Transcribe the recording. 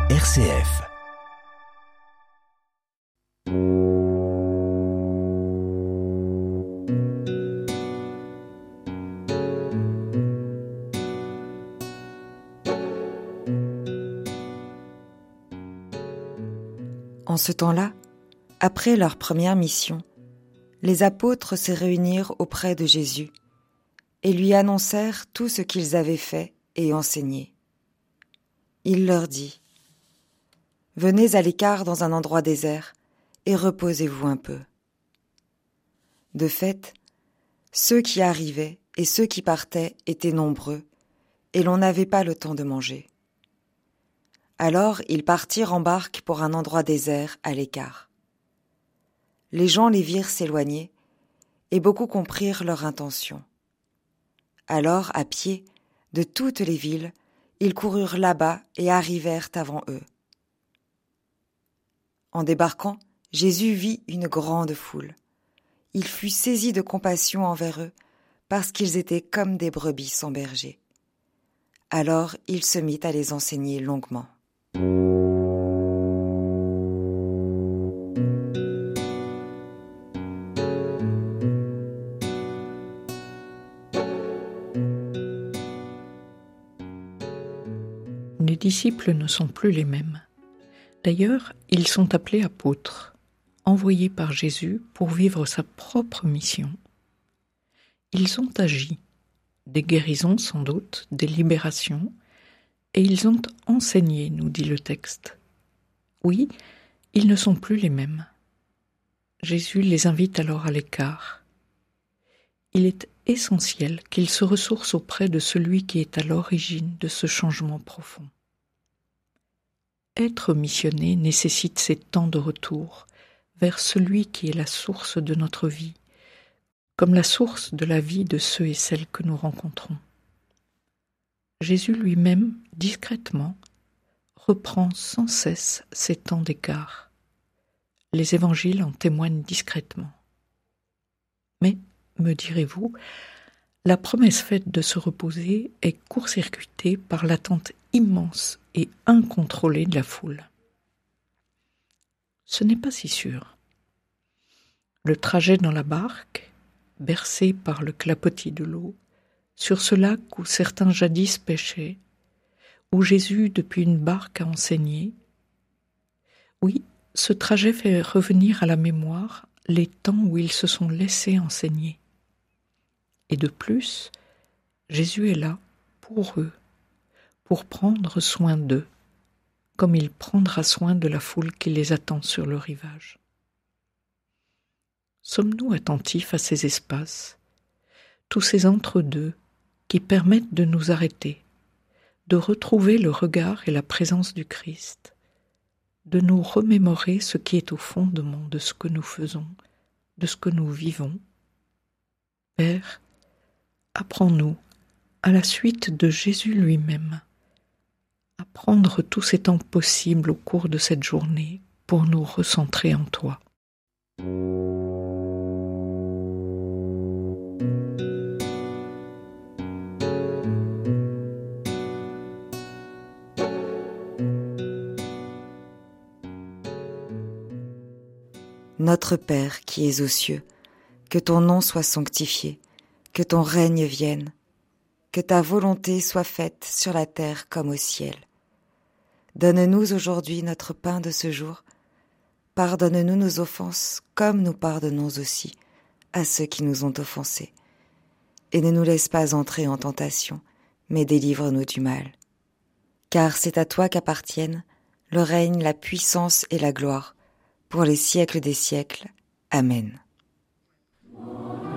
RCF. En ce temps-là, après leur première mission, les apôtres se réunirent auprès de Jésus et lui annoncèrent tout ce qu'ils avaient fait et enseigné. Il leur dit : « Venez à l'écart dans un endroit désert et reposez-vous un peu. » De fait, ceux qui arrivaient et ceux qui partaient étaient nombreux et l'on n'avait pas le temps de manger. Alors ils partirent en barque pour un endroit désert à l'écart. Les gens les virent s'éloigner, et beaucoup comprirent leur intention. Alors, à pied, de toutes les villes, ils coururent là-bas et arrivèrent avant eux. En débarquant, Jésus vit une grande foule. Il fut saisi de compassion envers eux, parce qu'ils étaient comme des brebis sans berger. Alors il se mit à les enseigner longuement. Les disciples ne sont plus les mêmes. D'ailleurs, ils sont appelés apôtres, envoyés par Jésus pour vivre sa propre mission. Ils ont agi, des guérisons sans doute, des libérations, et ils ont enseigné, nous dit le texte. Oui, ils ne sont plus les mêmes. Jésus les invite alors à l'écart. Il est essentiel qu'ils se ressourcent auprès de celui qui est à l'origine de ce changement profond. Être missionné nécessite ces temps de retour vers celui qui est la source de notre vie, comme la source de la vie de ceux et celles que nous rencontrons. Jésus lui-même, discrètement, reprend sans cesse ces temps d'écart. Les évangiles en témoignent discrètement. Mais, me direz-vous, la promesse faite de se reposer est court-circuitée par l'attente immense et incontrôlée de la foule. Ce n'est pas si sûr. Le trajet dans la barque, bercé par le clapotis de l'eau, sur ce lac où certains jadis pêchaient, où Jésus depuis une barque a enseigné, oui, ce trajet fait revenir à la mémoire les temps où ils se sont laissés enseigner. Et de plus, Jésus est là pour eux, pour prendre soin d'eux, comme il prendra soin de la foule qui les attend sur le rivage. Sommes-nous attentifs à ces espaces, tous ces entre-deux qui permettent de nous arrêter, de retrouver le regard et la présence du Christ, de nous remémorer ce qui est au fondement de ce que nous faisons, de ce que nous vivons? Père, apprends-nous, à la suite de Jésus lui-même, à prendre tous ces temps possibles au cours de cette journée pour nous recentrer en toi. Notre Père qui es aux cieux, que ton nom soit sanctifié, que ton règne vienne, que ta volonté soit faite sur la terre comme au ciel. Donne-nous aujourd'hui notre pain de ce jour. Pardonne-nous nos offenses comme nous pardonnons aussi à ceux qui nous ont offensés. Et ne nous laisse pas entrer en tentation, mais délivre-nous du mal. Car c'est à toi qu'appartiennent le règne, la puissance et la gloire, pour les siècles des siècles. Amen.